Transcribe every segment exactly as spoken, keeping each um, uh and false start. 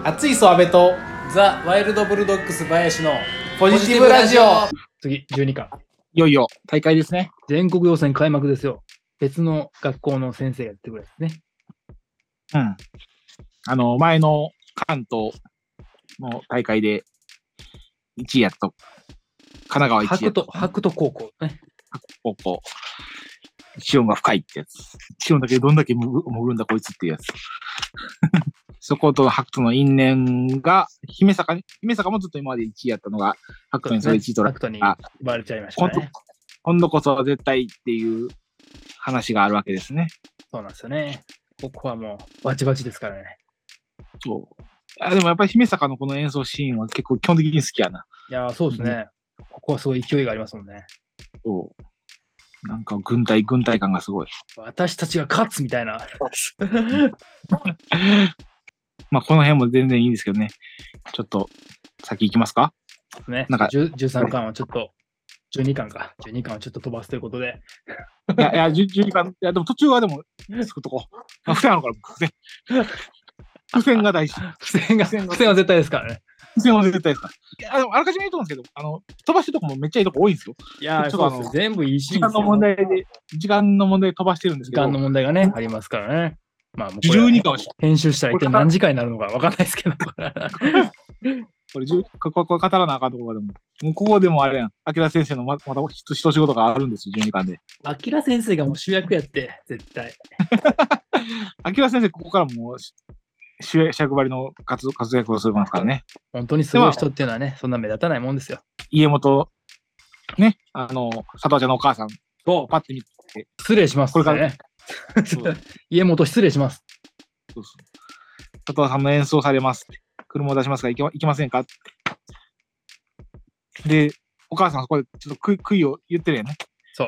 熱いソアベとザ・ワイルドブルドッグス林のポジティブラジオ。 次、じゅうにかん。 いよいよ大会ですね。 全国予選開幕ですよ。別の学校の先生がやってくれるんですね。 うん。あの、前の関東の大会でいちいやったと。神奈川いちいやった。 白と、白と高校ね。 高校。一音が深いってやつ。一音だけどんだけ潜るんだこいつっていうやつ。そこと白との因縁が、姫坂に、姫坂もずっと今までいちいやったのが、白とにそれいちい取られた。 白とに奪われちゃいましたね。 今度こそは絶対っていう話があるわけですね。 そうなんですよね。ここはもうバチバチですからね。 そう。あでもやっぱり姫坂のこの演奏シーンは結構基本的に好きやな。 いやー、そうですね、うん。ここはすごい勢いがありますもんね。 そう。なんか軍隊、軍隊感がすごい。 私たちが勝つみたいな。 まあこの辺も全然いいんですけどね。ちょっと先行きますかね。なんかじゅうさんかんはちょっと、じゅうにかんか。じゅうにかんはちょっと飛ばすということで。 いや、いや、じゅうにかん、いや、でも途中はでも、つくとこ。あ、付箋あるから、付箋。付箋が大事。 付箋が、付箋は絶対ですからね。 付箋は絶対ですから。いや、でもあらかじめ言うと思うんですけど、あの、飛ばしてるとこもめっちゃいいとこ多いんですよ。 いやー、そうです。全部いいシーンですよ。 時間の問題で、時間の問題で飛ばしてるんですけど。 時間の問題がね、ありますからね。まあ、もうじゅうにかん編集したら一体何時間になるのか分かんないですけど。 これ、ここ、これ語らなあかんところでも。もうここでもあれやん。明先生のままた一仕事があるんですよ、じゅうにかんで。 明先生がもう主役やって、絶対。 明先生、ここからもう主役張りの活活躍をするますからね。 本当にすごい人っていうのはね、そんな目立たないもんですよ。 家元、ね、あの、佐藤ちゃんのお母さんとパッて見て。 失礼します、ね。 これからね。 家元失礼します。 そうそう。佐藤さんの演奏されますって。車を出しますから行け、行けませんかって。で、お母さんそこでちょっと悔いを言ってるよね。 そう。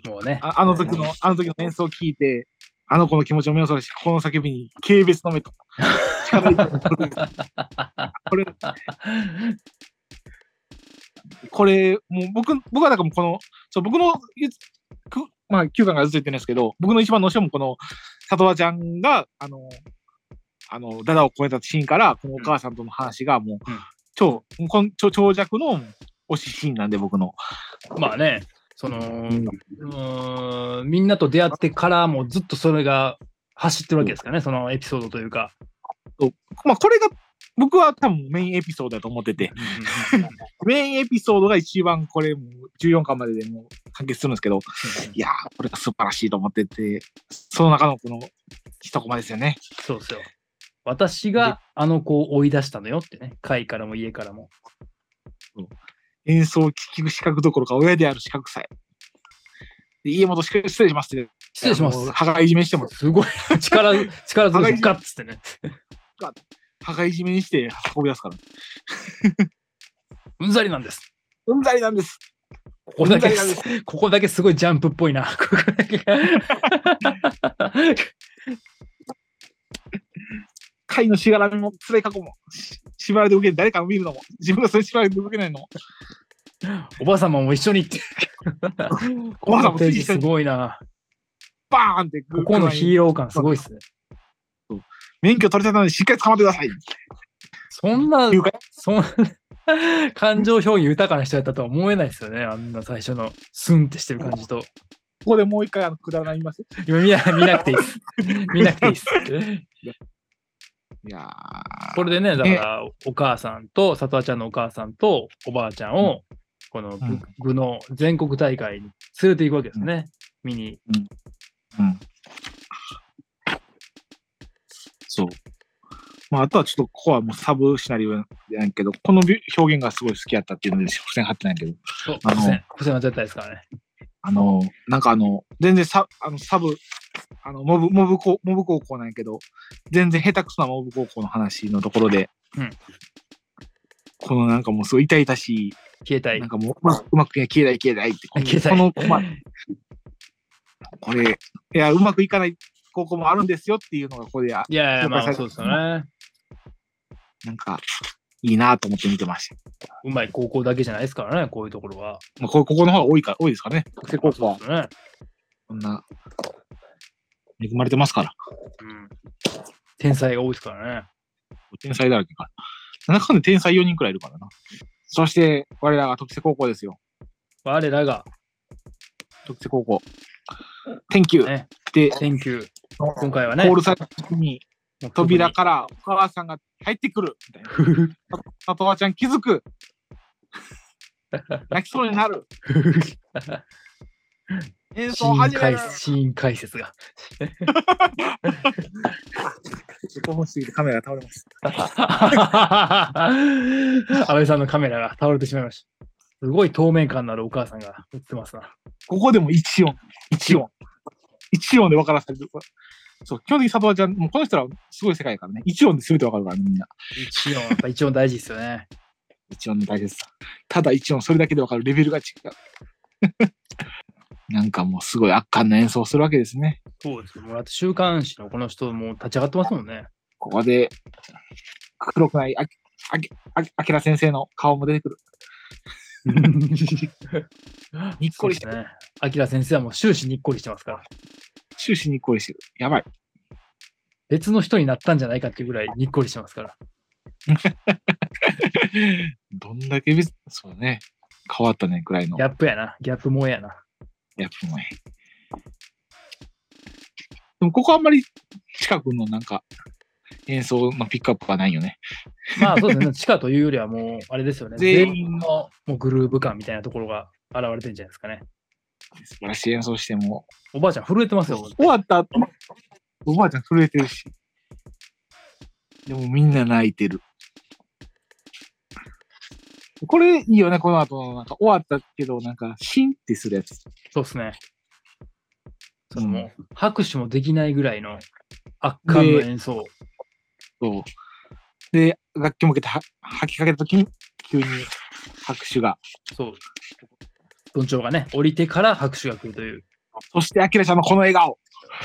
もうね。 あ, あの時の、あの時の演奏を聞いて、あの子の気持ちを目をそらし、この叫びに軽蔑の目と。力入れてこれ、これ、もう僕、僕はだからもうこの、そう、僕の、まあ、きゅうかんがずっと言ってるんですけど、僕の一番の推しはもうこの、里和ちゃんが、あの、あの、ダダを超えたシーンから、このお母さんとの話がもう、うん、超、この超長尺の推しシーンなんで、僕の。 まあね、その、うん、みんなと出会ってからもずっとそれが走ってるわけですかね、そのエピソードというか。 まあ、これが、僕は多分メインエピソードだと思ってて、メインエピソードが一番これ、じゅうよんかんまででもう完結するんですけど、いやー、これが素晴らしいと思ってて、その中のこの一コマですよね。 そうですよ。私があの子を追い出したのよってね、会からも家からも。 演奏を聞く資格どころか親である資格さえ。で家元失礼しますって。 失礼します。 羽がいじめしても。 すごい。力、力強いガッツってね。 羽がいじめにして運び出すから。 うんざりなんです。 うんざりなんです。 ここだけ、ここだけすごいジャンプっぽいな。ここだけ貝のしがらみも辛い過去も縛られて受けて誰かを見るのも自分がそれ縛られて受けないのもおばあ様も一緒に行っておばあ様もページすごいな。 バーンってここのヒーロー感すごいっすね。 免許取れたのでしっかり捕まってください。 そんなそんな感情表現豊かな人やったとは思えないですよね。あんな最初のスンってしてる感じと。 ここでもう一回あのくだらない言います。 今見な見なくていいです。見なくていいです。 いやこれでね、だからお母さんと、里和ちゃんのお母さんとおばあちゃんを、この具の全国大会に連れていくわけですね、見に。 うんうん、そう。まあ、あとはちょっとここはもうサブシナリオじゃないけど、この表現がすごい好きやったっていうので、付箋貼ってないけど。 そう、あの付箋、付箋は絶対ですからね。 あの、なんかあの、全然サあのサブ、あのモブ、モブ高、モブ高校なんやけど、全然下手くそなモブ高校の話のところで、うん、このなんかもうすごい痛々しい、 消えたい。 なんかもう、まあ、うまく消えたい消えたいって、この、この、まあ、これ、いや、うまくいかない高校もあるんですよっていうのがここで、いやいや、まあそうですよね。 なんか、いいなと思って見てました。 うまい高校だけじゃないですからね、こういうところは。 まあ、ここの方が多いか、多いですかね。 特高校は。そうですね。 こんな、恵まれてますから。 うん。天才が多いですからね。 天才だらけか。なんだかんだ天才よにんくらいいるからな。そして、我らが特瀬高校ですよ。 我らが、 特瀬高校。Thank you、 ね、 で、 Thank you。今回はね、 コールサイトに扉からお母さんが入ってくるみたいな。さとわちゃん気づく。泣きそうになる。演奏始める。 シーン解説が。 興奮しすぎてカメラが倒れます。 安倍さんのカメラが倒れてしまいました。すごい透明感のあるお母さんが映ってますな。 ここでも一音。一音。一音で分からせてる。そう、基本的に佐藤ちゃん、もうこの人らすごい世界からね。一音で全て分かるからね、みんな。 一音、やっぱ一音大事ですよね。 一音の大切さ。ただ一音、それだけで分かるレベルが違う。なんかもうすごい圧巻な演奏するわけですね。 そうですよ。もうだって週刊誌のこの人もう立ち上がってますもんね。 ここで、黒くないあき、あき、あき、あきら先生の顔も出てくる。にっこりしてる。 ね。あきら先生はもう終始にっこりしてますから。 終始にっこりしてる。やばい。 別の人になったんじゃないかっていうぐらいにっこりしてますから。 どんだけ別、そうね。変わったね、くらいの。 ギャップやな。ギャップもやな。 ギャップもえ。でもここあんまり近くのなんか演奏のピックアップはないよね。 まあそうですね。地下というよりはもう、あれですよね。 全員全員のもうグルーヴ感みたいなところが現れてるんじゃないですかね。 素晴らしい演奏しても。 おばあちゃん震えてますよ。 終わった後、おばあちゃん震えてるし。でもみんな泣いてる。これいいよね、この後のなんか終わったけど、なんかシンってするやつ。 そうですね。そのもう、拍手もできないぐらいの圧巻の演奏。 そう。で、楽器もけては吐きかけたときに、急に拍手が。 そう。どんちょうがね、降りてから拍手が来るという。 そして、あきらちゃんのこの笑顔。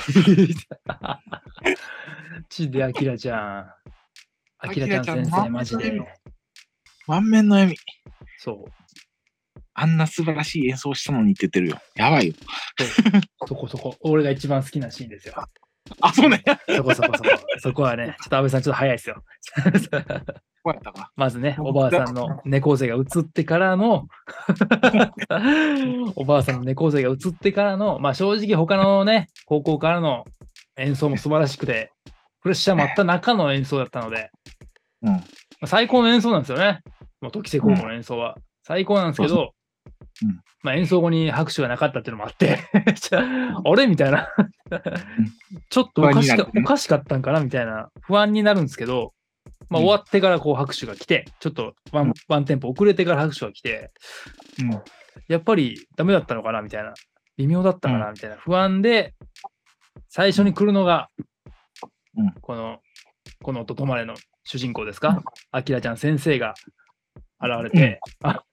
ちであきらちゃん。あきらちゃん先生、マジで。 満面の笑み。 そう。 あんな素晴らしい演奏したのにって言ってるよ。やばいよ。 そこそこ。俺が一番好きなシーンですよ。 あ、そうね。 そこそこそこ。そこはね、ちょっと安倍さんちょっと早いですよ。 こうやったか。 まずね、おばあさんの猫背が映ってからの、おばあさんの猫背が映ってからの、まあ正直他のね、高校からの演奏も素晴らしくて、プレッシャーもあった中の演奏だったので、 うん、 最高の演奏なんですよね。もう時瀬高校の演奏は。うん、最高なんですけど、 うん、 まあ演奏後に拍手がなかったっていうのもあって、あれみたいな。ちょっとおかしか、おかしかったんかなみたいな不安になるんですけど、まあ、終わってからこう拍手が来て、ちょっとワン、ワンテンポ遅れてから拍手が来て、 うん、 やっぱりダメだったのかなみたいな、微妙だったかなみたいな不安で、最初に来るのが、 うん、 この、この音止まれの主人公ですか、あきらちゃん先生が現れて、うん、あ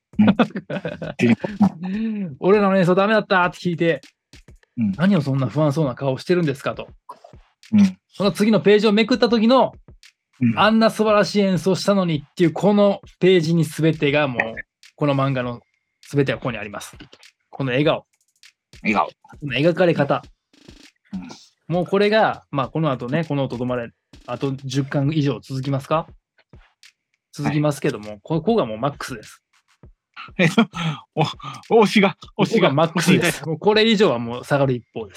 俺らの演奏ダメだったって聞いて、うん、何をそんな不安そうな顔してるんですかと。うん、その次のページをめくった時の、うん、あんな素晴らしい演奏したのにっていうこのページに全てがもう、この漫画の全てがここにあります。この笑顔。 笑顔。 この描かれ方。うん、もうこれが、まあこの後ね、この音止まれ、あとじゅっかん以上続きますか続きますけども、はい、ここがもうマックスです。 えっと、お、推しが、推しがマックスです。もうこれ以上はもう下がる一方です。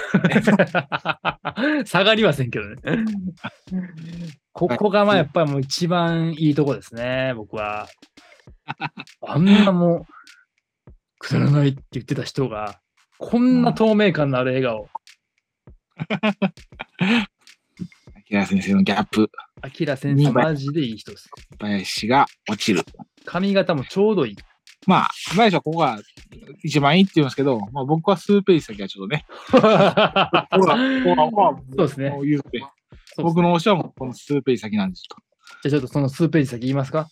下がりませんけどね。ここがまあやっぱりもう一番いいとこですね、僕は。あんなもう、くだらないって言ってた人が、こんな透明感のある笑顔。 あきら先生のギャップ。 あきら先生、マジでいい人です。 林が落ちる。 髪型もちょうどいい。 まあ、林はここが一番いいって言うんですけど、まあ僕は数ページ先はちょっとね。 そうですね。 言うて僕の推しはもうこの数ページ先なんですと。 じゃあちょっとその数ページ先言いますか。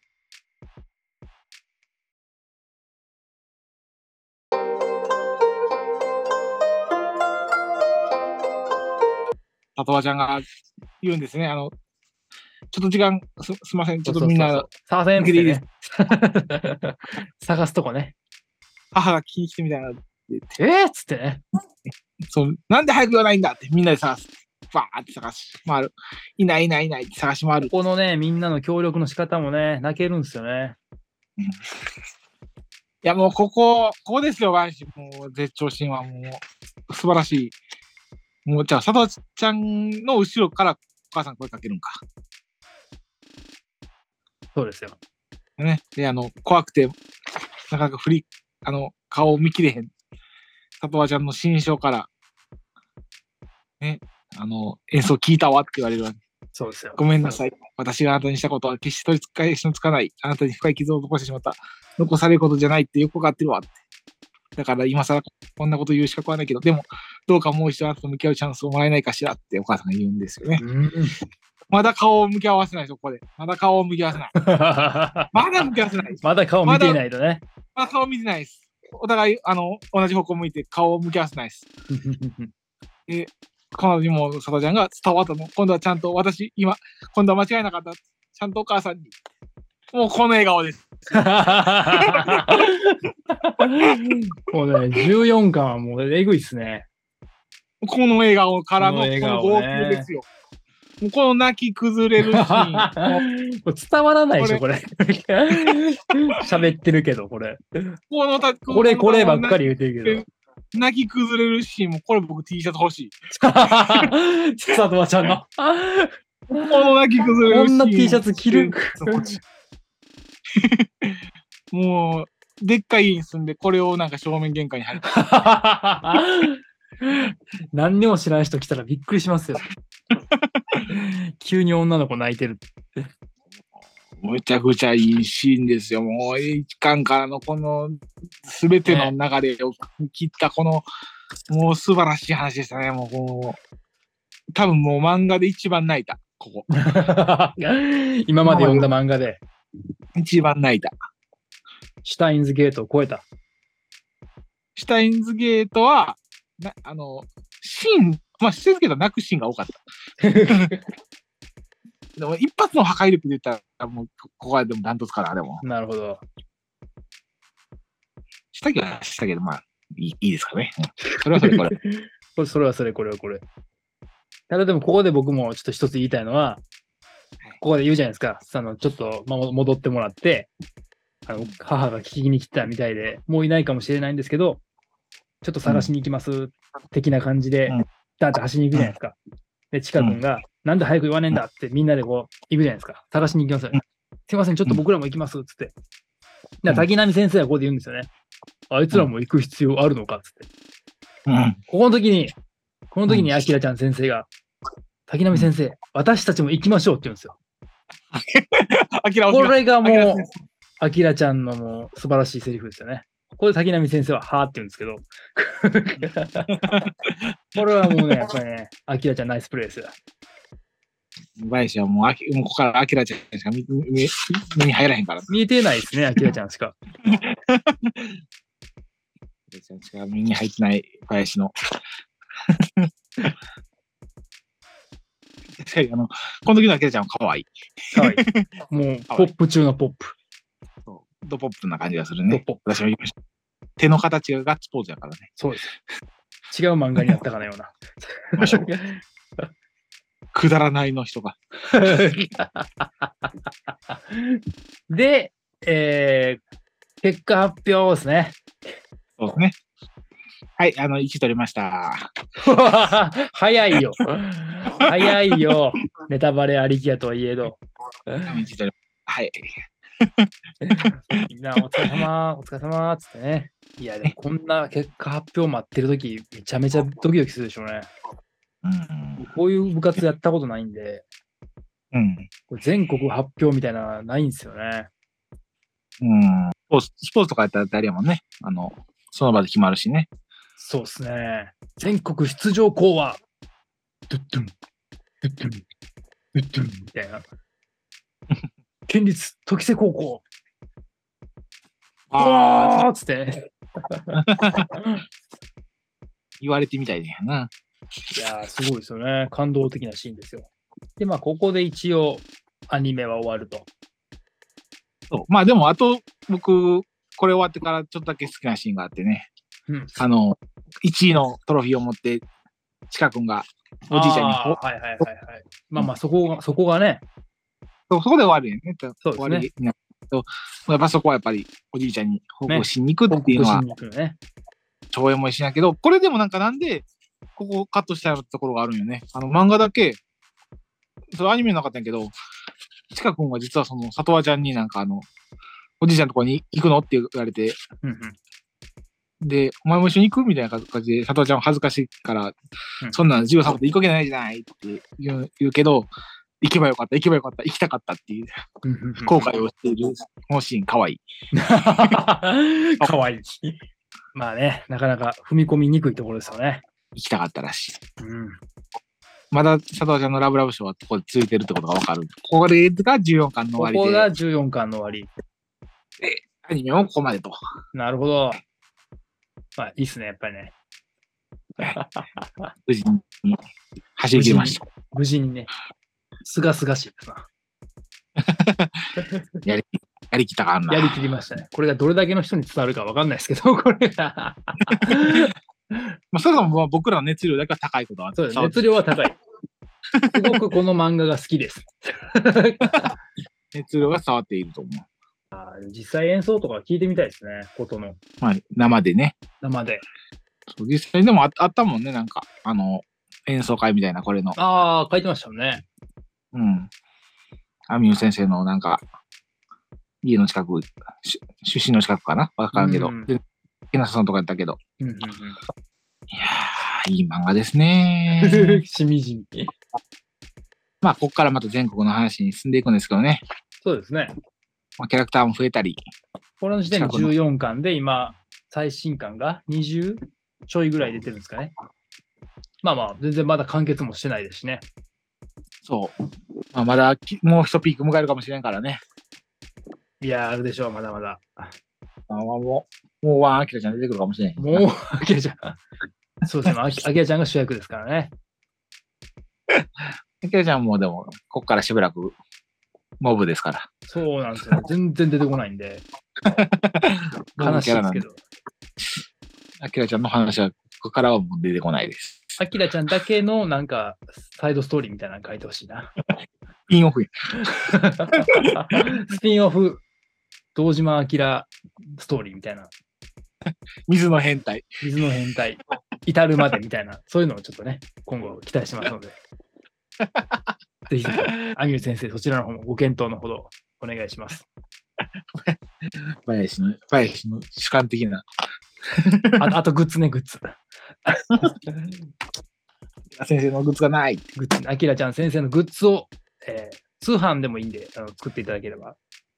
さとわちゃんが言うんですね。あの、ちょっと時間す、すみません。ちょっとみんな、 探せんってね。探すとこね。 母が聞きに来てみたいな。 えーっつってね。 そう、なんで早く言わないんだってみんなで探す。 バーって探し回る。いないいないいないって探し回る。 このね、みんなの協力の仕方もね、泣けるんですよね。 うん、いや、もうここ、ここですよ、ワンシもう絶頂シーンはもう素晴らしい。もう、じゃあ、佐藤ちゃんの後ろからお母さん声かけるんか。 そうですよ。 ね。で、あの、怖くて、なかなか振り、あの、顔を見切れへん。佐藤ちゃんの心象から、ね、あの、演奏聞いたわって言われるわけ。 そうですよ。 ごめんなさい。私があなたにしたことは決して取り返しのつかない。あなたに深い傷を残してしまった。残されることじゃないってよくわかってるわって。だから今更こんなこと言う資格はないけど、でも、どうかもう一度あなたと向き合うチャンスをもらえないかしらってお母さんが言うんですよね。 うん、 まだ顔を向き合わせないですよ、ここで。まだ顔を向き合わせない。まだ向き合わせない。 まだ顔見ていないとね。 まだ顔見てないです。お互い、あの、同じ方向向いて顔を向き合わせないです。で、この時も佐藤ちゃんが伝わったの。今度はちゃんと私、今、今度は間違いなかった。ちゃんとお母さんに。もうこの笑顔です。 もうね、じゅうよんかんはもうえぐいっすね。 この笑顔からのここの笑顔のね号泣ですよ。もうこの泣き崩れるシーン。 これ伝わらないでしょ、これ。喋ってるけど、これ。 このたこれ、こればっかり言ってるけど。 泣き崩れるシーンも、これ僕 T シャツ欲しい。 佐藤ちゃんの。 この泣き崩れるシーン。 こんな T シャツ着る。 もう、でっかい家に住んで、これをなんか正面玄関に貼る。 何にも知らない人来たらびっくりしますよ。急に女の子泣いてる。 むちゃくちゃいいシーンですよ。もう一巻からのこの全ての流れを切ったこの、もう素晴らしい話でしたね。もうこう多分もう漫画で一番泣いた。ここ。 今まで読んだ漫画で。 一番泣いた。 シュタインズゲートを超えた。 シュタインズゲートは、なあの、シーン、まあ、シュタインズゲートは泣くシーンが多かった。でも一発の破壊力で言ったら、もうここはでもダントツから、でも。 なるほど。 したけど、したけど、まあ、いいいいですかね。それはそれこれ。 これそれはそれ、これはこれ。ただでも、ここで僕もちょっと一つ言いたいのは、ここで言うじゃないですか。あのちょっと、まあ、戻ってもらって、あの母が聞きに来たみたいで、もういないかもしれないんですけど、ちょっと探しに行きます、うん、的な感じで、 うん、 ダーって走りに行くじゃないですか。で、チカ君が、うん、なんで早く言わねえんだってみんなでこう、行くじゃないですか。探しに行きますよね。うん、すいません、ちょっと僕らも行きますっつって。で、滝波先生はここで言うんですよね。あいつらも行く必要あるのかっつって。うん、ここの時に、この時にアキラちゃん先生が、滝波先生、私たちも行きましょうって言うんですよ。これがもう、アキラちゃんのもう素晴らしいセリフですよね。ここで滝波先生は、はーって言うんですけど。これはもうね、やっぱりね、アキラちゃんナイスプレーですよ。 林はもう、あきもうここからアキラちゃんしか見目に入らへんから。 見えてないですね、アキラちゃんしか。 アキラちゃんしか目に入ってない林の。あのこの時のアキラちゃんは可愛い。 可愛い。もう、ポップ中のポップ。 そう、ドポップな感じがするね。私も言いました。手の形がガッツポーズやからね。 そうです。違う漫画にあったかのような。 くだらないの人が。 で、えー、結果発表ですね。 そうですね。はい、あの、いち取りました。 早いよ。早いよ。ネタバレありきやとはいえど。 いち取りはい。 みんな、お疲れ様、お疲れ様っつってね。いや、でもこんな結果発表待ってるとき、めちゃめちゃドキドキするでしょうね。うん、こういう部活やったことないんで、うん、これ全国発表みたいなのないんですよね。 うん、スポーツとかやったら誰やもんね。あの、その場で決まるしね。 そうですね。全国出場校は、ドゥッドゥン、ドゥッドゥン、ドゥッドゥンみたいな。県立時瀬高校。あーっつって。 言われてみたいだよな。 いやー、すごいですよね。感動的なシーンですよ。で、まあ、ここで一応、アニメは終わると。 そう。まあ、でも、あと、僕、これ終わってからちょっとだけ好きなシーンがあってね。うん、あの、いちいのトロフィーを持って、チカ君がおじいちゃんに。 あーはいはいはいはい。まあまあ、そこが、そこがね、 そそこで終わるよね。 そうですね終わりになるけどやっぱそこはやっぱりおじいちゃんに報告しに行くっていうのは、 報告しに行くのね。 超エモいしやけど、これでもなんかなんで、ここカットしたところがあるんよね。あの漫画だけ、それアニメなかったんやけど、ちかくんは実はその、里和ちゃんになんかあの、おじいちゃんのところに行くのって言われて、 うんうんで、お前も一緒に行くみたいな感じで、里和ちゃんは恥ずかしいから、 うんそんな授業サボって行くわけないじゃないって言う言うけど、行けばよかった、行けばよかった、行きたかったっていううんうんうん。 後悔をしている、このシーン、かわいい。 かわいい。まあね、なかなか踏み込みにくいところですよね。 行きたかったらしい。 うん。 まだ佐藤ちゃんのラブラブショーはここで続いてるってことがわかる。ここでがじゅうよんかんの終わりで、 ここがじゅうよんかんの終わり。 アニメもここまでと。 なるほど。まあ、いいっすね、やっぱりね。 無事に走り切りました。 無事にね、すがすがしいですな。 やりやりきったかあんな。 やりきりましたね。これがどれだけの人に伝わるかわかんないですけど、これが。 まあ、それでもまあ僕らの熱量だけは高いことはそうです。熱量は高い。すごくこの漫画が好きです。 熱量が伝わっていると思う。 実際演奏とか聞いてみたいですね、ことの。 まあ、生でね。 生で。 そう実際でもああったもんね、なんか、あの、演奏会みたいな、これの。 ああ、書いてましたよね。 うん。アミュー先生のなんか、家の近く、し出身の近くかなわからんけど。 うんで、木下さんとかやったけど。 うんうんうん、 いやー、いい漫画ですね。 しみじみ。 まあ、ここからまた全国の話に進んでいくんですけどね。 そうですね。 まあ、キャラクターも増えたり。 この時点でじゅうよんかんで、今、最新刊がにじゅうちょいぐらい出てるんですかね。まあまあ、全然まだ完結もしてないですしね。 そう。まあ、まだきもう一ピーク迎えるかもしれんからね。 いやー、あるでしょう、まだまだ。 あもう、もうワンアキラちゃん出てくるかもしれん。 もう、アキラちゃん。そうですね、アキアキラちゃんが主役ですからね。 アキラちゃんもでも、こっからしばらく、モブですから。 そうなんですよ。全然出てこないんで。悲しいですけど。 アキラちゃんの話は、ここからはもう出てこないです。 アキラちゃんだけのなんか、サイドストーリーみたいなの書いてほしいな。 スピンオフ。 スピンオフ、堂島明ストーリーみたいな。 水の変態。 水の変態、至るまでみたいな、そういうのをちょっとね、今後期待してますので。ぜひぜひ、アミュー先生、そちらの方もご検討のほどお願いします。 林の、林の主観的な。 あ, あとグッズね、グッズ。 先生のグッズがない。 グッズ、アキラちゃん先生のグッズを、えー、通販でもいいんであの作っていただければ。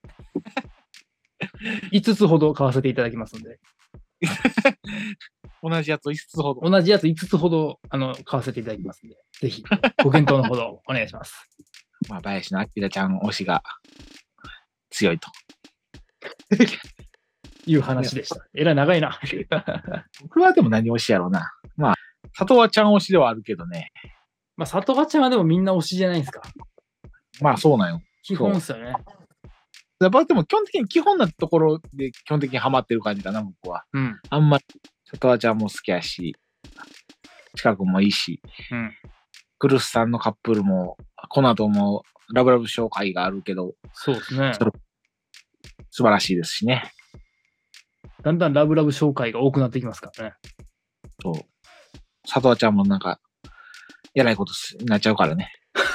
いつつほど買わせていただきますので。 同じやつをいつつほど。 同じやついつつほどあの買わせていただきますので、ぜひご検討のほどお願いします。 まあ、林のアキラちゃん推しが強いと。 いう話でした。えらい長いな。 僕はでも何推しやろうな。まあ、里和ちゃん推しではあるけどね。 まあ、里和ちゃんはでもみんな推しじゃないですか。 まあ、そうなんよ。 基本ですよね。 やっぱでも基本的に基本なところで基本的にハマってる感じかな、僕は。 うん。 あんまり、里和ちゃんも好きやし、近くもいいし、 うん。 クルスさんのカップルも、この後もラブラブ紹介があるけど、 そうですね。 素晴らしいですしね。 だんだんラブラブ紹介が多くなってきますからね。 そう。里和ちゃんもなんか、やらいことになっちゃうからね。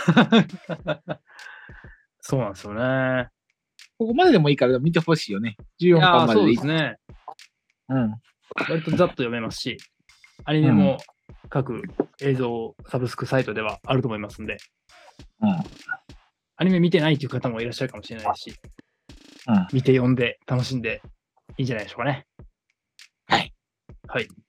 そうなんですよね。 ここまででもいいから見てほしいよね。じゅうよんかんまででいい。 そうですね。 うん。 割とざっと読めますし、アニメも各映像サブスクサイトではあると思いますんで、 うん。 アニメ見てないという方もいらっしゃるかもしれないし、 うん。 見て読んで楽しんでいいんじゃないでしょうかね。 はい。 はい。